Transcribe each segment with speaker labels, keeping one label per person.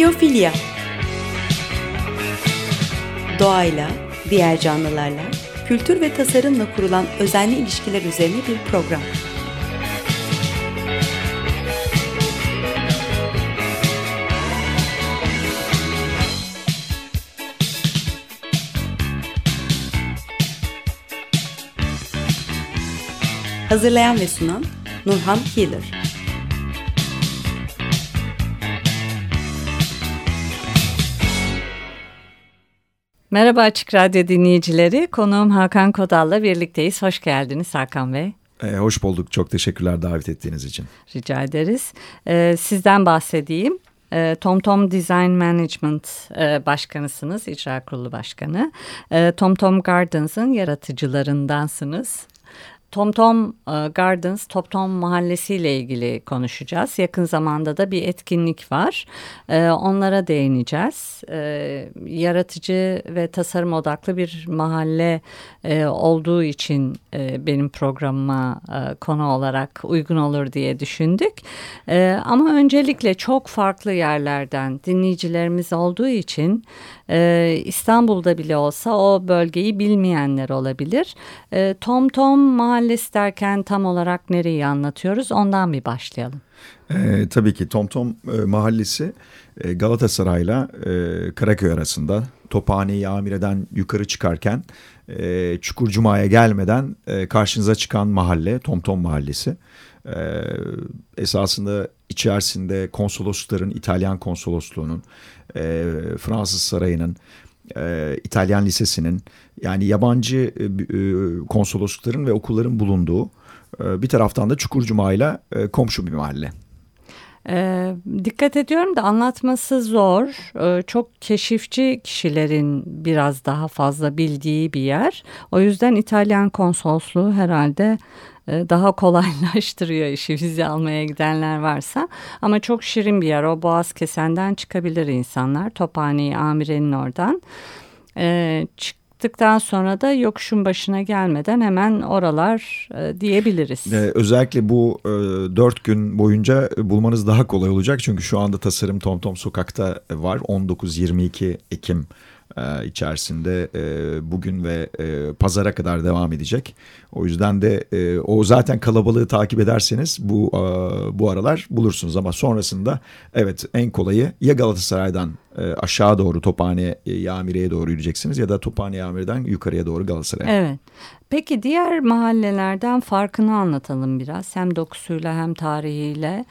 Speaker 1: Biyofilya. Doğayla, diğer canlılarla, kültür ve tasarımla kurulan özenli ilişkiler üzerine bir program. Hazırlayan ve sunan Nurhan Healer.
Speaker 2: Merhaba Açık Radyo dinleyicileri. Konuğum Hakan Kodal'la birlikteyiz. Hoş geldiniz Hakan Bey.
Speaker 3: Hoş bulduk. Çok teşekkürler davet ettiğiniz için.
Speaker 2: Rica ederiz. Sizden bahsedeyim. TomTom Design Management başkanısınız, icra kurulu başkanı. TomTom Gardens'ın yaratıcılarındansınız. TomTom Gardens, TomTom Mahallesi ile ilgili konuşacağız. Yakın zamanda da bir etkinlik var. Onlara değineceğiz. Yaratıcı ve tasarım odaklı bir mahalle olduğu için benim programıma konu olarak uygun olur diye düşündük. Ama öncelikle çok farklı yerlerden dinleyicilerimiz olduğu için İstanbul'da bile olsa o bölgeyi bilmeyenler olabilir. TomTom Mahallesi derken tam olarak nereyi anlatıyoruz? Ondan bir başlayalım.
Speaker 3: Tabii ki TomTom Mahallesi Galatasaray'la Karaköy arasında Tophane'yi Amire'den yukarı çıkarken Çukurcuma'ya gelmeden karşınıza çıkan mahalle TomTom Mahallesi. Esasında içerisinde konsolosların, İtalyan konsolosluğunun, Fransız Sarayı'nın, İtalyan Lisesi'nin, yani yabancı konsoloslukların ve okulların bulunduğu, bir taraftan da Çukurcuma'yla komşu bir mahalle.
Speaker 2: Dikkat ediyorum da anlatması zor. Çok keşifçi kişilerin biraz daha fazla bildiği bir yer. O yüzden İtalyan konsolosluğu herhalde daha kolaylaştırıyor işi, vize almaya gidenler varsa. Ama çok şirin bir yer. O Boğazkesen'den çıkabilir insanlar. Tophane-i Amire'nin oradan. Çıktıktan sonra da yokuşun başına gelmeden hemen oralar diyebiliriz.
Speaker 3: Özellikle bu 4 gün boyunca bulmanız daha kolay olacak. Çünkü şu anda tasarım TomTom Sokak'ta var. 19-22 Ekim içerisinde bugün ve pazara kadar devam edecek. O yüzden de o zaten kalabalığı takip ederseniz bu aralar bulursunuz. Ama sonrasında evet, en kolayı ya Galatasaray'dan aşağı doğru Tophane-i Amire'ye doğru yürüyeceksiniz ya da Tophane-i Amire'den yukarıya doğru Galatasaray'a.
Speaker 2: Evet. Peki diğer mahallelerden farkını anlatalım biraz. Hem dokusuyla hem tarihiyle.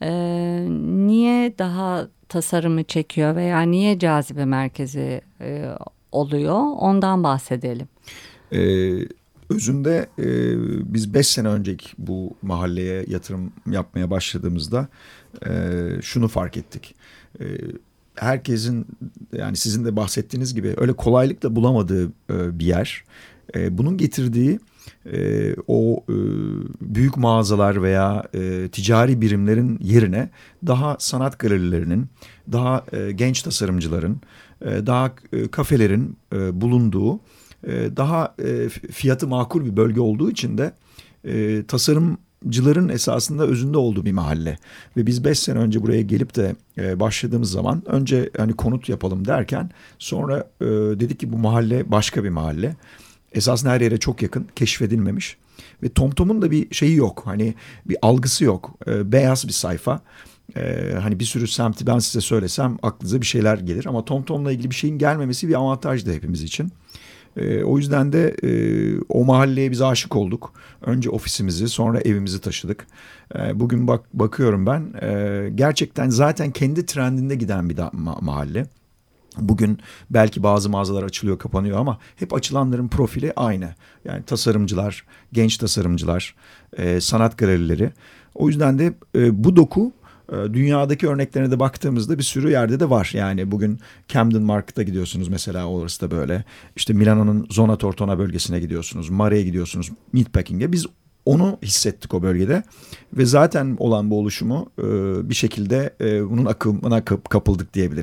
Speaker 2: Niye daha tasarımı çekiyor veya niye cazibe merkezi oluyor? Ondan bahsedelim.
Speaker 3: Özünde biz 5 sene önceki bu mahalleye yatırım yapmaya başladığımızda şunu fark ettik. Herkesin, yani sizin de bahsettiğiniz gibi öyle kolaylıkla bulamadığı bir yer. Bunun getirdiği büyük mağazalar veya ticari birimlerin yerine daha sanat galerilerinin, daha genç tasarımcıların, daha kafelerin bulunduğu, daha fiyatı makul bir bölge olduğu için de tasarımcıların esasında özünde olduğu bir mahalle. Ve biz 5 sene önce buraya gelip de başladığımız zaman önce hani konut yapalım derken sonra dedik ki bu mahalle başka bir mahalle. Esasında her yere çok yakın, keşfedilmemiş ve TomTom'un da bir şeyi yok, hani bir algısı yok, beyaz bir sayfa. Hani bir sürü semti ben size söylesem aklınıza bir şeyler gelir ama TomTom'la ilgili bir şeyin gelmemesi bir avantajdı hepimiz için. O yüzden de o mahalleye biz aşık olduk. Önce ofisimizi, sonra evimizi taşıdık. Bugün bakıyorum ben, gerçekten zaten kendi trendinde giden bir mahalle. Bugün belki bazı mağazalar açılıyor, kapanıyor ama hep açılanların profili aynı. Yani tasarımcılar, genç tasarımcılar, sanat galerileri. O yüzden de bu doku dünyadaki örneklerine de baktığımızda bir sürü yerde de var. Yani bugün Camden Market'a gidiyorsunuz mesela, orası da böyle. İşte Milano'nun Zona Tortona bölgesine gidiyorsunuz, Mare'ye gidiyorsunuz, Meatpacking'e. Biz onu hissettik o bölgede ve zaten olan bu oluşumu bir şekilde bunun akımına kapıldık diyebiliriz.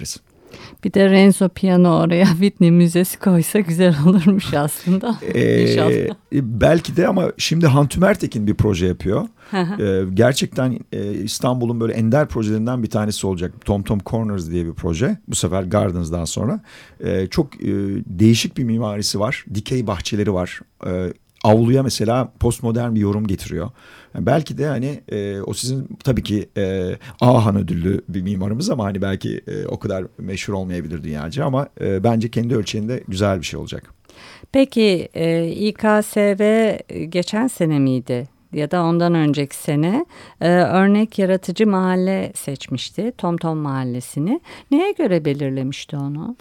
Speaker 2: Bir de Renzo Piano oraya Whitney Müzesi koysa güzel olurmuş aslında. İnşallah.
Speaker 3: Belki de, ama şimdi Hantüm Ertekin bir proje yapıyor. Gerçekten İstanbul'un böyle ender projelerinden bir tanesi olacak. Tom Tom Corners diye bir proje. Bu sefer Gardens'dan sonra. Çok değişik bir mimarisi var. Dikey bahçeleri var. Avluya mesela postmodern bir yorum getiriyor. Yani belki de hani o sizin tabii ki Ahan ödüllü bir mimarımız, ama hani belki o kadar meşhur olmayabilir dünyaca, ama bence kendi ölçeğinde güzel bir şey olacak.
Speaker 2: Peki İKSV geçen sene miydi? Ya da ondan önceki sene örnek yaratıcı mahalle seçmişti. Tom Tom Mahallesi'ni. Neye göre belirlemişti onu?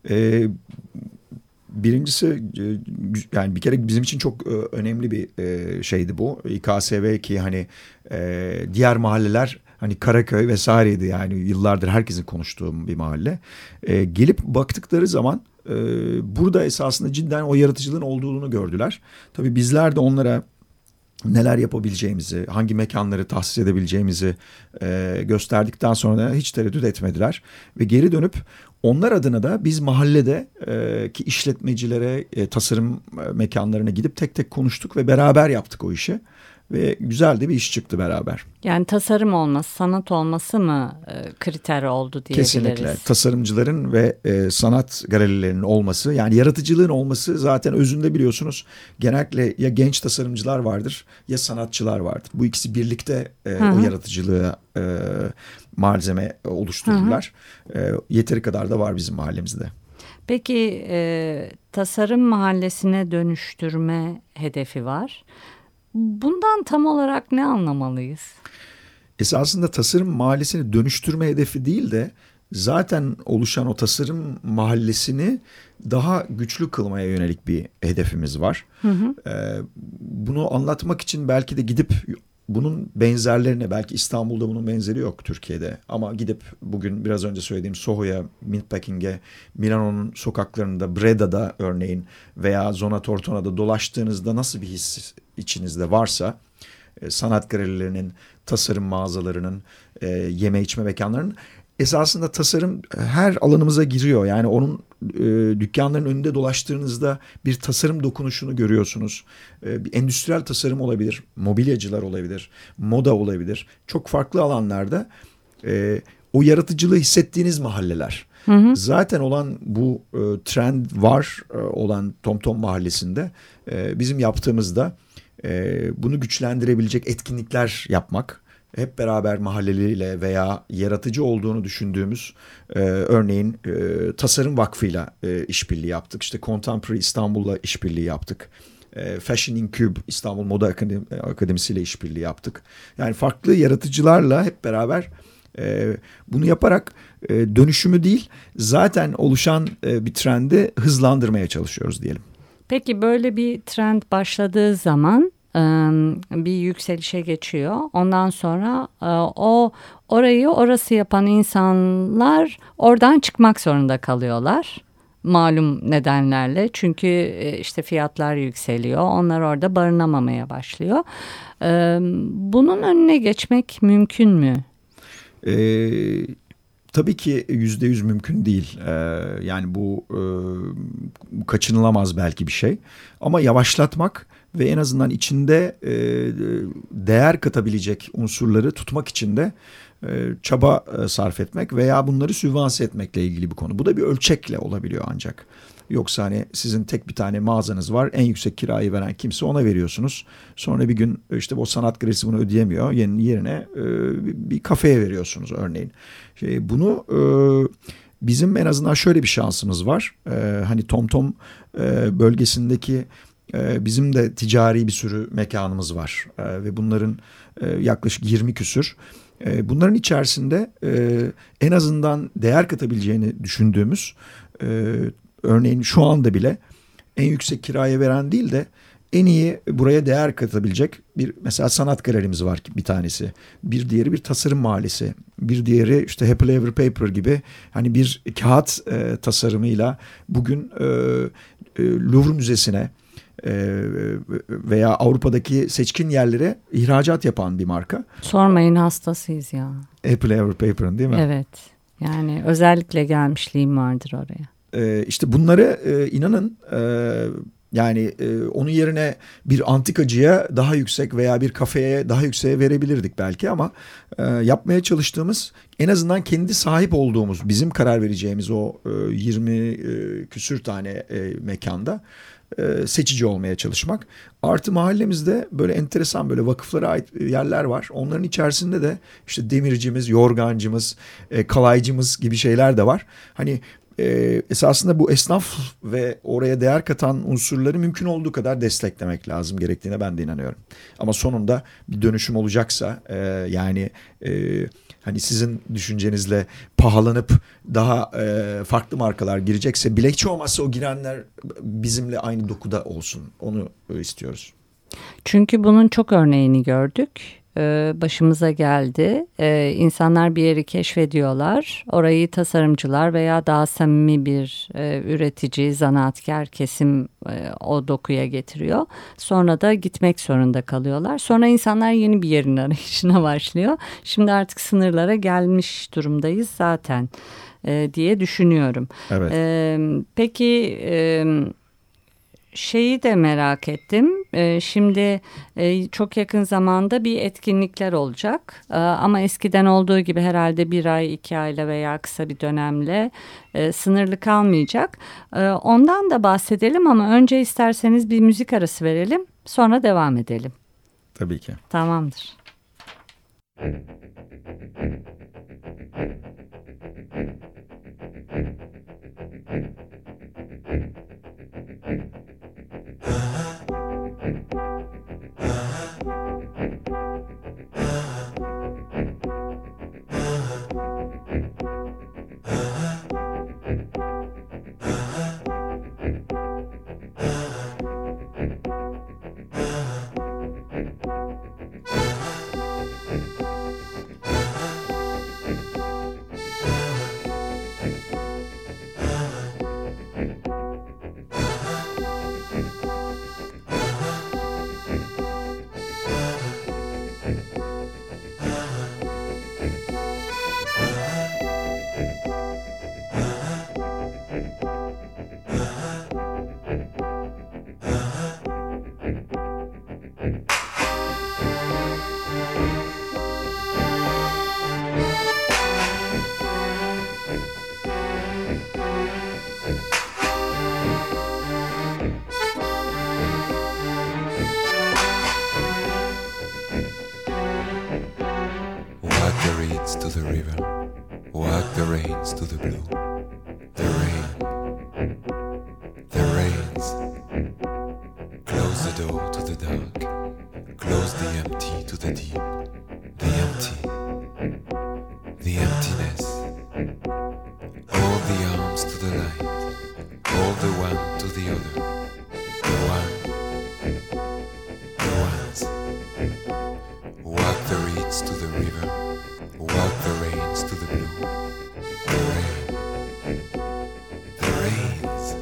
Speaker 3: Birincisi, yani bir kere bizim için çok önemli bir şeydi bu. İKSV ki hani diğer mahalleler hani Karaköy vesaireydi, yani yıllardır herkesin konuştuğu bir mahalle. Gelip baktıkları zaman burada esasında cidden o yaratıcılığın olduğunu gördüler. Tabii bizler de onlara neler yapabileceğimizi, hangi mekanları tahsis edebileceğimizi gösterdikten sonra hiç tereddüt etmediler. Ve geri dönüp onlar adına da biz mahallede ki işletmecilere, tasarım mekanlarına gidip tek tek konuştuk ve beraber yaptık o işi. Ve güzel de bir iş çıktı beraber.
Speaker 2: Yani tasarım olması, sanat olması mı kriter oldu diyebiliriz?
Speaker 3: Kesinlikle. Tasarımcıların ve sanat galerilerinin olması, yani yaratıcılığın olması zaten özünde biliyorsunuz. Genellikle ya genç tasarımcılar vardır ya sanatçılar vardır. Bu ikisi birlikte o yaratıcılığı malzeme oluştururlar. Yeteri kadar da var bizim mahallemizde.
Speaker 2: Peki tasarım mahallesine dönüştürme hedefi var. Bundan tam olarak ne anlamalıyız?
Speaker 3: Esasında tasarım mahallesini dönüştürme hedefi değil de zaten oluşan o tasarım mahallesini daha güçlü kılmaya yönelik bir hedefimiz var. Bunu anlatmak için belki de gidip bunun benzerlerine, belki İstanbul'da bunun benzeri yok Türkiye'de, ama gidip bugün biraz önce söylediğim Soho'ya, Meatpacking'e, Milano'nun sokaklarında, Breda'da örneğin veya Zona Tortona'da dolaştığınızda nasıl bir his içinizde varsa, sanat galerilerinin, tasarım mağazalarının, yeme içme mekanlarının, esasında tasarım her alanımıza giriyor. Yani onun dükkanların önünde dolaştığınızda bir tasarım dokunuşunu görüyorsunuz. Bir endüstriyel tasarım olabilir, mobilyacılar olabilir, moda olabilir. Çok farklı alanlarda o yaratıcılığı hissettiğiniz mahalleler. Zaten olan bu trend var olan Tom Tom Mahallesi'nde bizim yaptığımızda bunu güçlendirebilecek etkinlikler yapmak. Hep beraber mahalleliyle veya yaratıcı olduğunu düşündüğümüz örneğin Tasarım Vakfı'yla işbirliği yaptık. İşte Contemporary İstanbul'la işbirliği yaptık. Fashion in Cube İstanbul Moda Akademisi ile işbirliği yaptık. Yani farklı yaratıcılarla hep beraber bunu yaparak dönüşümü değil, zaten oluşan bir trendi hızlandırmaya çalışıyoruz diyelim.
Speaker 2: Peki böyle bir trend başladığı zaman bir yükselişe geçiyor. Ondan sonra orası yapan insanlar oradan çıkmak zorunda kalıyorlar. Malum nedenlerle. Çünkü işte fiyatlar yükseliyor. Onlar orada barınamamaya başlıyor. Bunun önüne geçmek mümkün mü?
Speaker 3: Tabii ki %100 mümkün değil. Yani bu kaçınılamaz belki bir şey. Ama yavaşlatmak ve en azından içinde değer katabilecek unsurları tutmak için de çaba sarf etmek veya bunları sübvanse etmekle ilgili bir konu. Bu da bir ölçekle olabiliyor ancak. Yoksa hani sizin tek bir tane mağazanız var, en yüksek kirayı veren kimse, ona veriyorsunuz. Sonra bir gün işte o sanat galerisi bunu ödeyemiyor, yerine bir kafeye veriyorsunuz örneğin. Bunu bizim en azından şöyle bir şansımız var. Hani Tom Tom bölgesindeki bizim de ticari bir sürü mekanımız var ve bunların yaklaşık 20 küsür. Bunların içerisinde en azından değer katabileceğini düşündüğümüz, örneğin şu anda bile en yüksek kiraya veren değil de en iyi buraya değer katabilecek bir mesela sanat galerimiz var bir tanesi. Bir diğeri bir tasarım mahallesi. Bir diğeri işte Happily Ever Paper gibi hani bir kağıt tasarımıyla bugün Louvre Müzesi'ne veya Avrupa'daki seçkin yerlere ihracat yapan bir marka.
Speaker 2: Sormayın, hastasıyız ya.
Speaker 3: Happily Ever Paper'ın değil mi?
Speaker 2: Evet. Yani özellikle gelmişliğim vardır oraya.
Speaker 3: İşte bunları inanın yani onun yerine bir antikacıya daha yüksek veya bir kafeye daha yükseğe verebilirdik belki ama yapmaya çalıştığımız en azından kendi sahip olduğumuz bizim karar vereceğimiz o 20 küsür tane mekanda seçici olmaya çalışmak. Artı mahallemizde böyle enteresan böyle vakıflara ait yerler var. Onların içerisinde de işte demircimiz, yorgancımız, kalaycımız gibi şeyler de var. Hani esasında bu esnaf ve oraya değer katan unsurları mümkün olduğu kadar desteklemek lazım gerektiğine ben de inanıyorum. Ama sonunda bir dönüşüm olacaksa yani hani sizin düşüncenizle pahalanıp daha farklı markalar girecekse bile hiç olmazsa o girenler bizimle aynı dokuda olsun. Onu istiyoruz.
Speaker 2: Çünkü bunun çok örneğini gördük. Başımıza geldi. İnsanlar bir yeri keşfediyorlar. Orayı tasarımcılar veya daha samimi bir üretici, zanaatkar kesim o dokuya getiriyor. Sonra da gitmek zorunda kalıyorlar. Sonra insanlar yeni bir yerin arayışına başlıyor. Şimdi artık sınırlara gelmiş durumdayız zaten diye düşünüyorum.
Speaker 3: Evet.
Speaker 2: Peki... Şeyi de merak ettim. Şimdi çok yakın zamanda bir etkinlikler olacak. Ama eskiden olduğu gibi herhalde 1 ay, 2 ayla veya kısa bir dönemle sınırlı kalmayacak. Ondan da bahsedelim ama önce isterseniz bir müzik arası verelim. Sonra devam edelim.
Speaker 3: Tabii ki.
Speaker 2: Tamamdır.
Speaker 4: To the river, walk the rains to the blue. The rains. Close the door to the dark. Close the empty to the deep. The emptiness. Hold the arms to the light. Hold the one to the other. The ones. Walk the reeds to the river. Walk the rains to the blue. The rains.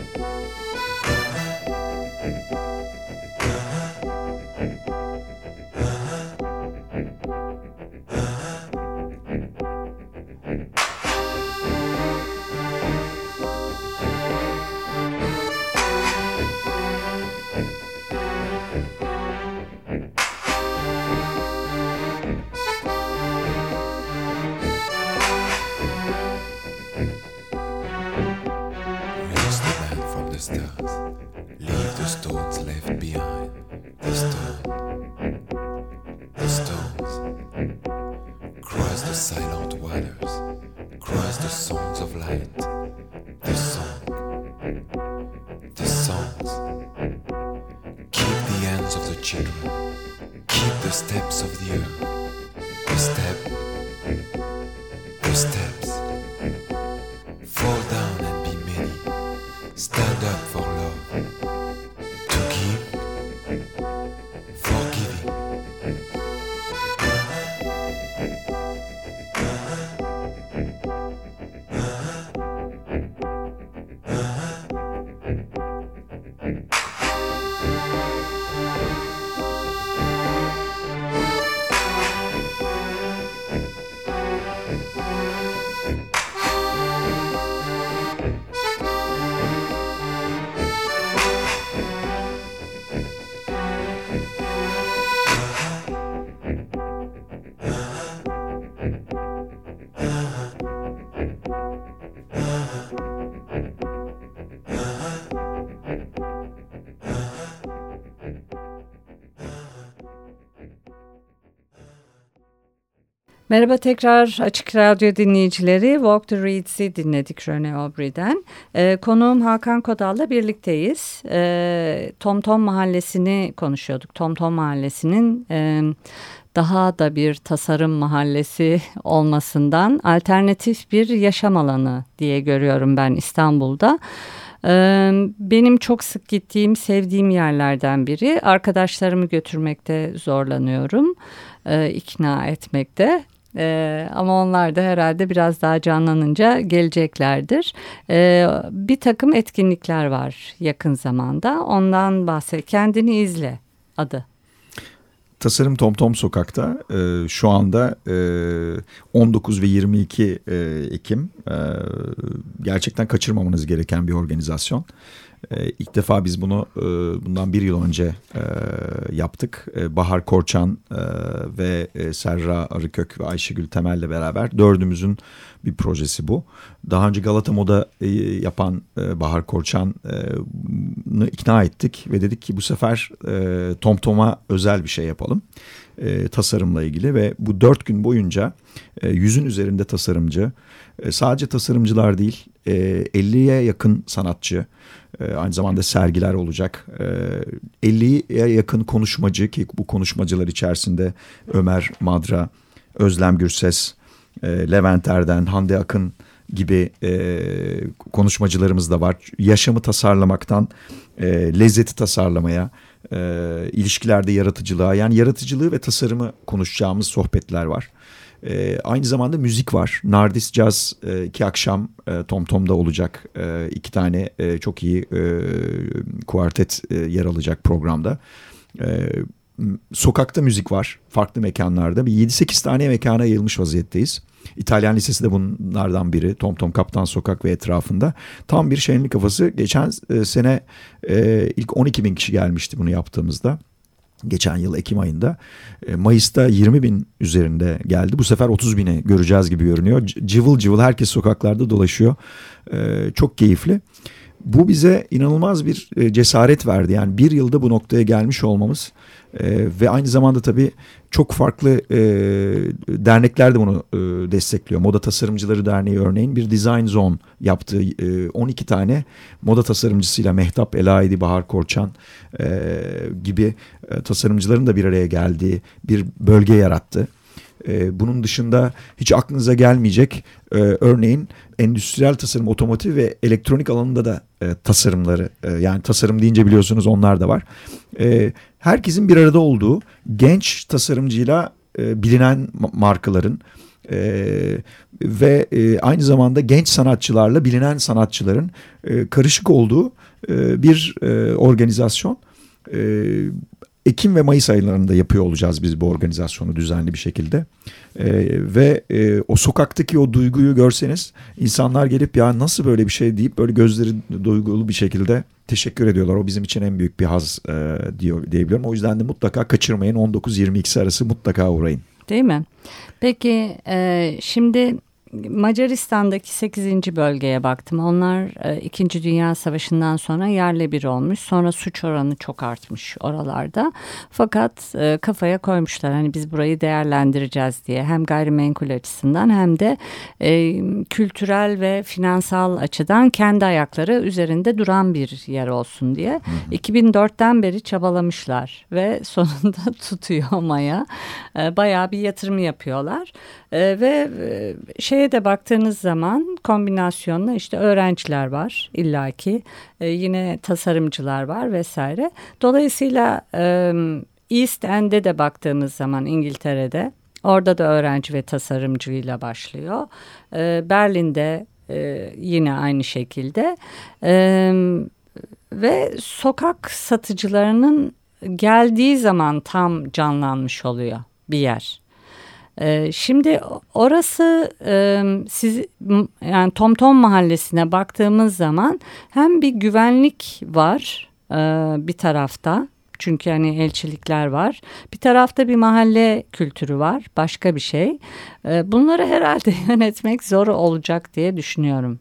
Speaker 4: Stars. Leave the stones left behind. The stones. Cross the silent waters. Cross the songs of light. The songs. Keep the hands of the children. Keep the steps of the earth. The steps. Fall down and be many. Stand up for love, to give, forgiving.
Speaker 2: Merhaba tekrar Açık Radyo dinleyicileri. Walk the Reeds'i dinledik Rene Aubry'den. Konuğum Hakan Kodal'la birlikteyiz. TomTom Mahallesi'ni konuşuyorduk. TomTom Mahallesi'nin daha da bir tasarım mahallesi olmasından alternatif bir yaşam alanı diye görüyorum ben İstanbul'da. Benim çok sık gittiğim, sevdiğim yerlerden biri. Arkadaşlarımı götürmekte zorlanıyorum, ikna etmekte. Ama onlar da herhalde biraz daha canlanınca geleceklerdir. Bir takım etkinlikler var yakın zamanda. Ondan bahset. Kendini izle adı.
Speaker 3: Tasarım TomTom Sokak'ta şu anda 19 ve 22 Ekim gerçekten kaçırmamanız gereken bir organizasyon. İlk defa biz bunu bundan bir yıl önce yaptık. Bahar Korçan ve Serra Arıkök ve Ayşegül Temel'le beraber dördümüzün bir projesi bu. Daha önce Galata Moda yapan Bahar Korçan'ı ikna ettik ve dedik ki bu sefer TomTom'a özel bir şey yapalım. Tasarımla ilgili ve bu 4 gün boyunca 100'ün üzerinde tasarımcı, sadece tasarımcılar değil 50'ye yakın sanatçı, aynı zamanda sergiler olacak. 50'ye yakın konuşmacı ki bu konuşmacılar içerisinde Ömer Madra, Özlem Gürses, Levent Erden, Hande Akın gibi konuşmacılarımız da var. Yaşamı tasarlamaktan lezzeti tasarlamaya, ilişkilerde yaratıcılığa, yani yaratıcılığı ve tasarımı konuşacağımız sohbetler var. Aynı zamanda müzik var. Nardis Jazz 2 akşam TomTom'da olacak. 2 tane çok iyi kuartet yer alacak programda. Sokakta müzik var. Farklı mekanlarda. Bir 7-8 tane mekana yayılmış vaziyetteyiz. İtalyan Lisesi de bunlardan biri. TomTom Kaptan Sokak ve etrafında. Tam bir şenlik kafası. Geçen sene ilk 12 bin kişi gelmişti bunu yaptığımızda. Geçen yıl Ekim ayında. Mayıs'ta 20 bin üzerinde geldi. Bu sefer 30 bini göreceğiz gibi görünüyor. Cıvıl cıvıl herkes sokaklarda dolaşıyor. Çok keyifli. Bu bize inanılmaz bir cesaret verdi. Yani bir yılda bu noktaya gelmiş olmamız ve aynı zamanda tabii çok farklı dernekler de bunu destekliyor. Moda Tasarımcıları Derneği örneğin bir Design Zone yaptı. 12 tane moda tasarımcısıyla Mehtap Elaidi, Bahar Korçan gibi tasarımcıların da bir araya geldiği bir bölge yarattı. Bunun dışında hiç aklınıza gelmeyecek örneğin endüstriyel tasarım, otomotiv ve elektronik alanında da tasarımları, yani tasarım deyince biliyorsunuz onlar da var. Herkesin bir arada olduğu genç tasarımcıyla bilinen markaların ve aynı zamanda genç sanatçılarla bilinen sanatçıların karışık olduğu bir organizasyon. Ekim ve Mayıs aylarında yapıyor olacağız biz bu organizasyonu düzenli bir şekilde. Ve o sokaktaki o duyguyu görseniz insanlar gelip ya nasıl böyle bir şey deyip böyle gözleri duygulu bir şekilde teşekkür ediyorlar. O bizim için en büyük bir haz diyebiliyorum. O yüzden de mutlaka kaçırmayın, 19-22 arası mutlaka uğrayın.
Speaker 2: Değil mi? Peki şimdi Macaristan'daki 8. bölgeye baktım. Onlar 2. Dünya Savaşı'ndan sonra yerle bir olmuş. Sonra suç oranı çok artmış oralarda. Fakat kafaya koymuşlar hani biz burayı değerlendireceğiz diye. Hem gayrimenkul açısından hem de kültürel ve finansal açıdan kendi ayakları üzerinde duran bir yer olsun diye. 2004'ten beri çabalamışlar ve sonunda tutuyor Maya. Bayağı bir yatırım yapıyorlar. Ve şeye de baktığınız zaman kombinasyonla işte öğrenciler var illaki, yine tasarımcılar var vesaire. Dolayısıyla East End'e de baktığımız zaman İngiltere'de orada da öğrenci ve tasarımcıyla başlıyor. Berlin'de yine aynı şekilde ve sokak satıcılarının geldiği zaman tam canlanmış oluyor bir yer. Şimdi orası siz yani TomTom Mahallesi'ne baktığımız zaman hem bir güvenlik var bir tarafta, çünkü hani elçilikler var, bir tarafta bir mahalle kültürü var, başka bir şey. Bunları herhalde yönetmek zor olacak diye düşünüyorum.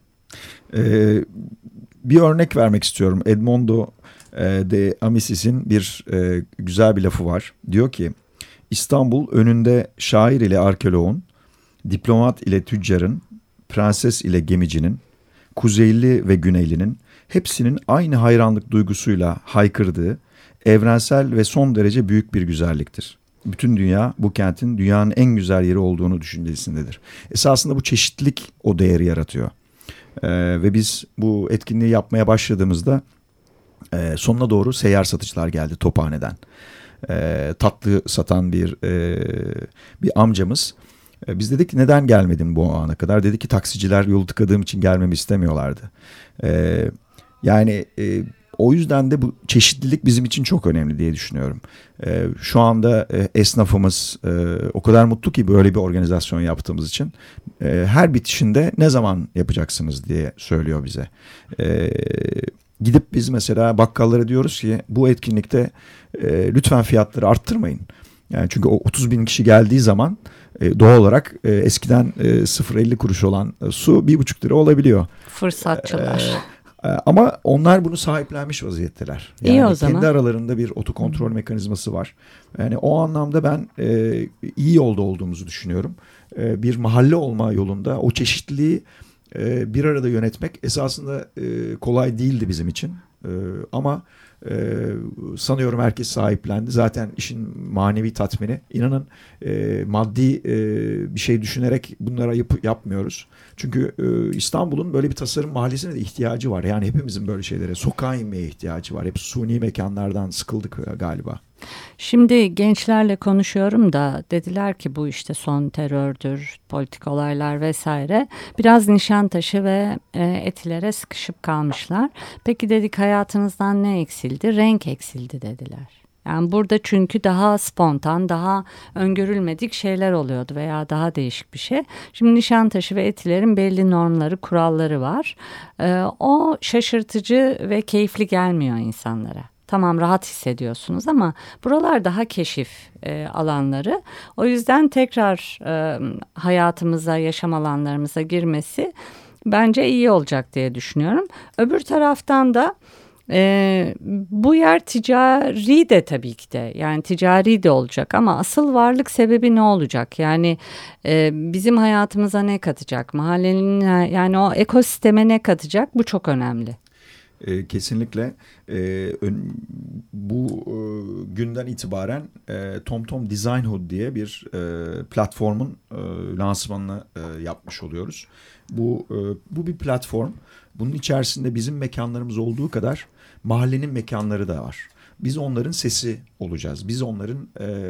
Speaker 3: Bir örnek vermek istiyorum. Edmondo de Amisis'in bir güzel bir lafı var. Diyor ki İstanbul önünde şair ile arkeoloğun, diplomat ile tüccarın, prenses ile gemicinin, kuzeyli ve güneylinin hepsinin aynı hayranlık duygusuyla haykırdığı evrensel ve son derece büyük bir güzelliktir. Bütün dünya bu kentin dünyanın en güzel yeri olduğunu düşüncesindedir. Esasında bu çeşitlilik o değeri yaratıyor. Ve biz bu etkinliği yapmaya başladığımızda sonuna doğru seyyar satıcılar geldi Tophane'den. Tatlı satan bir amcamız. Biz dedik ki neden gelmedin bu ana kadar? Dedi ki taksiciler yolu tıkadığım için gelmemi istemiyorlardı. O yüzden de bu çeşitlilik bizim için çok önemli diye düşünüyorum. Şu anda esnafımız o kadar mutlu ki böyle bir organizasyon yaptığımız için. Her bitişinde ne zaman yapacaksınız diye söylüyor bize. Gidip biz mesela bakkallara diyoruz ki bu etkinlikte lütfen fiyatları arttırmayın. Yani çünkü o 30 bin kişi geldiği zaman doğal olarak eskiden 0,50 kuruş olan su 1,5 lira olabiliyor.
Speaker 2: Fırsatçılar.
Speaker 3: Ama onlar bunu sahiplenmiş vaziyetteler. Yani
Speaker 2: İyi o zaman.
Speaker 3: Kendi aralarında bir otokontrol mekanizması var. Yani o anlamda ben iyi yolda olduğumuzu düşünüyorum. Bir mahalle olma yolunda o çeşitliliği bir arada yönetmek esasında kolay değildi bizim için. Ama sanıyorum herkes sahiplendi. Zaten işin manevi tatmini. İnanın maddi bir şey düşünerek bunlara yapmıyoruz. Çünkü İstanbul'un böyle bir tasarım mahallesine de ihtiyacı var. Yani hepimizin böyle şeylere sokağa inmeye ihtiyacı var. Hep suni mekanlardan sıkıldık galiba.
Speaker 2: Şimdi gençlerle konuşuyorum da dediler ki bu işte son terördür, politik olaylar vesaire. Biraz Nişantaşı ve Etiler'e sıkışıp kalmışlar. Peki dedik hayatınızdan ne eksildi? Renk eksildi dediler. Yani burada çünkü daha spontan, daha öngörülmedik şeyler oluyordu veya daha değişik bir şey. Şimdi Nişantaşı ve Etiler'in belli normları, kuralları var. O şaşırtıcı ve keyifli gelmiyor insanlara. Tamam rahat hissediyorsunuz ama buralar daha keşif alanları. O yüzden tekrar hayatımıza, yaşam alanlarımıza girmesi bence iyi olacak diye düşünüyorum. Öbür taraftan da bu yer ticari de tabii ki de yani ticari de olacak ama asıl varlık sebebi ne olacak? Yani bizim hayatımıza ne katacak? Mahallenin yani o ekosisteme ne katacak? Bu çok önemli.
Speaker 3: Kesinlikle bu günden itibaren TomTom Design Hub diye bir platformun lansmanını yapmış oluyoruz. Bu bir platform. Bunun içerisinde bizim mekanlarımız olduğu kadar mahallenin mekanları da var. Biz onların sesi olacağız. Biz onların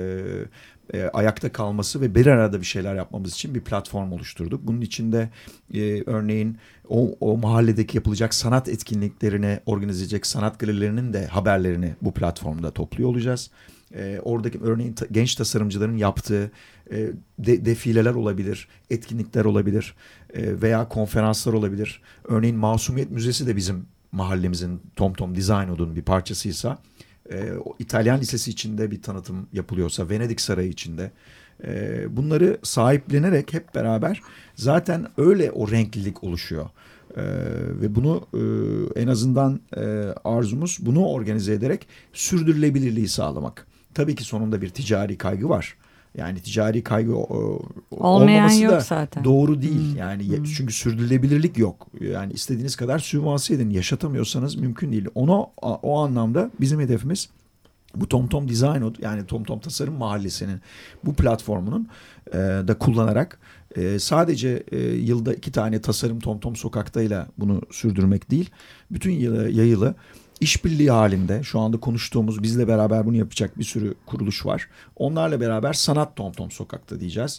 Speaker 3: ayakta kalması ve bir arada bir şeyler yapmamız için bir platform oluşturduk. Bunun içinde örneğin o mahalledeki yapılacak sanat etkinliklerini organize edecek sanat galerilerinin de haberlerini bu platformda topluyor olacağız. Oradaki örneğin genç tasarımcıların yaptığı defileler olabilir, etkinlikler olabilir veya konferanslar olabilir. Örneğin Masumiyet Müzesi de bizim mahallemizin TomTom Design Hub'un bir parçasıysa, İtalyan Lisesi içinde bir tanıtım yapılıyorsa, Venedik Sarayı içinde bunları sahiplenerek hep beraber zaten öyle o renklilik oluşuyor. Ve bunu en azından arzumuz bunu organize ederek sürdürülebilirliği sağlamak. Tabii ki sonunda bir ticari kaygı var. Yani ticari kaygı olmaması
Speaker 2: yok
Speaker 3: da
Speaker 2: zaten.
Speaker 3: Doğru değil. Yani çünkü sürdürülebilirlik yok. Yani istediğiniz kadar sübvanse edin. Yaşatamıyorsanız mümkün değil. O anlamda bizim hedefimiz bu TomTom Design Hub yani TomTom Tasarım Mahallesi'nin bu platformunun da kullanarak sadece yılda 2 tane tasarım TomTom Sokak'tayla bunu sürdürmek değil. Bütün yayılı İşbirliği halinde şu anda konuştuğumuz bizle beraber bunu yapacak bir sürü kuruluş var. Onlarla beraber sanat TomTom Sokak'ta diyeceğiz.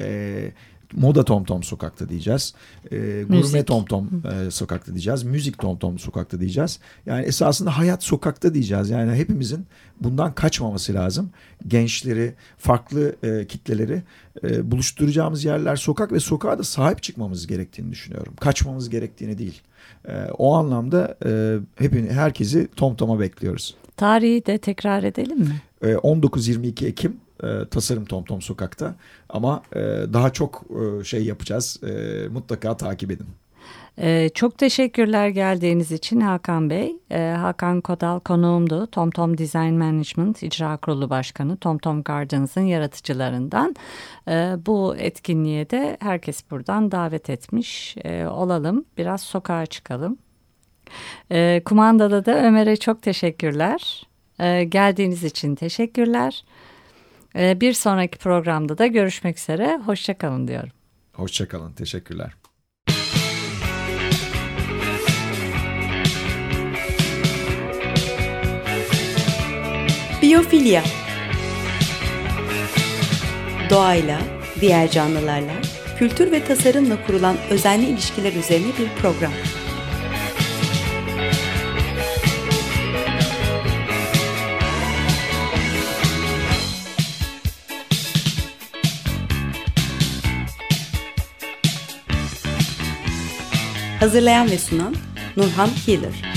Speaker 3: Moda TomTom Sokak'ta diyeceğiz. Gurme TomTom Sokak'ta diyeceğiz. Müzik TomTom Sokak'ta diyeceğiz. Yani esasında hayat sokakta diyeceğiz. Yani hepimizin bundan kaçmaması lazım. Gençleri, farklı kitleleri buluşturacağımız yerler sokak ve sokağa da sahip çıkmamız gerektiğini düşünüyorum. Kaçmamız gerektiğini değil. O anlamda herkesi TomTom'a bekliyoruz.
Speaker 2: Tarihi de tekrar edelim mi?
Speaker 3: 19-22 Ekim Tasarım TomTom Sokak'ta ama daha çok şey yapacağız. Mutlaka takip edin.
Speaker 2: Çok teşekkürler geldiğiniz için Hakan Bey. Hakan Kodal konuğumdu. TomTom Design Management İcra Kurulu Başkanı, TomTom Gardens'ın yaratıcılarından. Bu etkinliğe de herkes buradan davet etmiş olalım. Biraz sokağa çıkalım. Kumandada da Ömer'e çok teşekkürler. Geldiğiniz için teşekkürler. Bir sonraki programda da görüşmek üzere. Hoşça kalın diyorum.
Speaker 3: Hoşça kalın. Teşekkürler.
Speaker 1: Biyofilya. Doğayla, diğer canlılarla, kültür ve tasarımla kurulan özenli ilişkiler üzerine bir program. Hazırlayan ve sunan Nurhan Healer.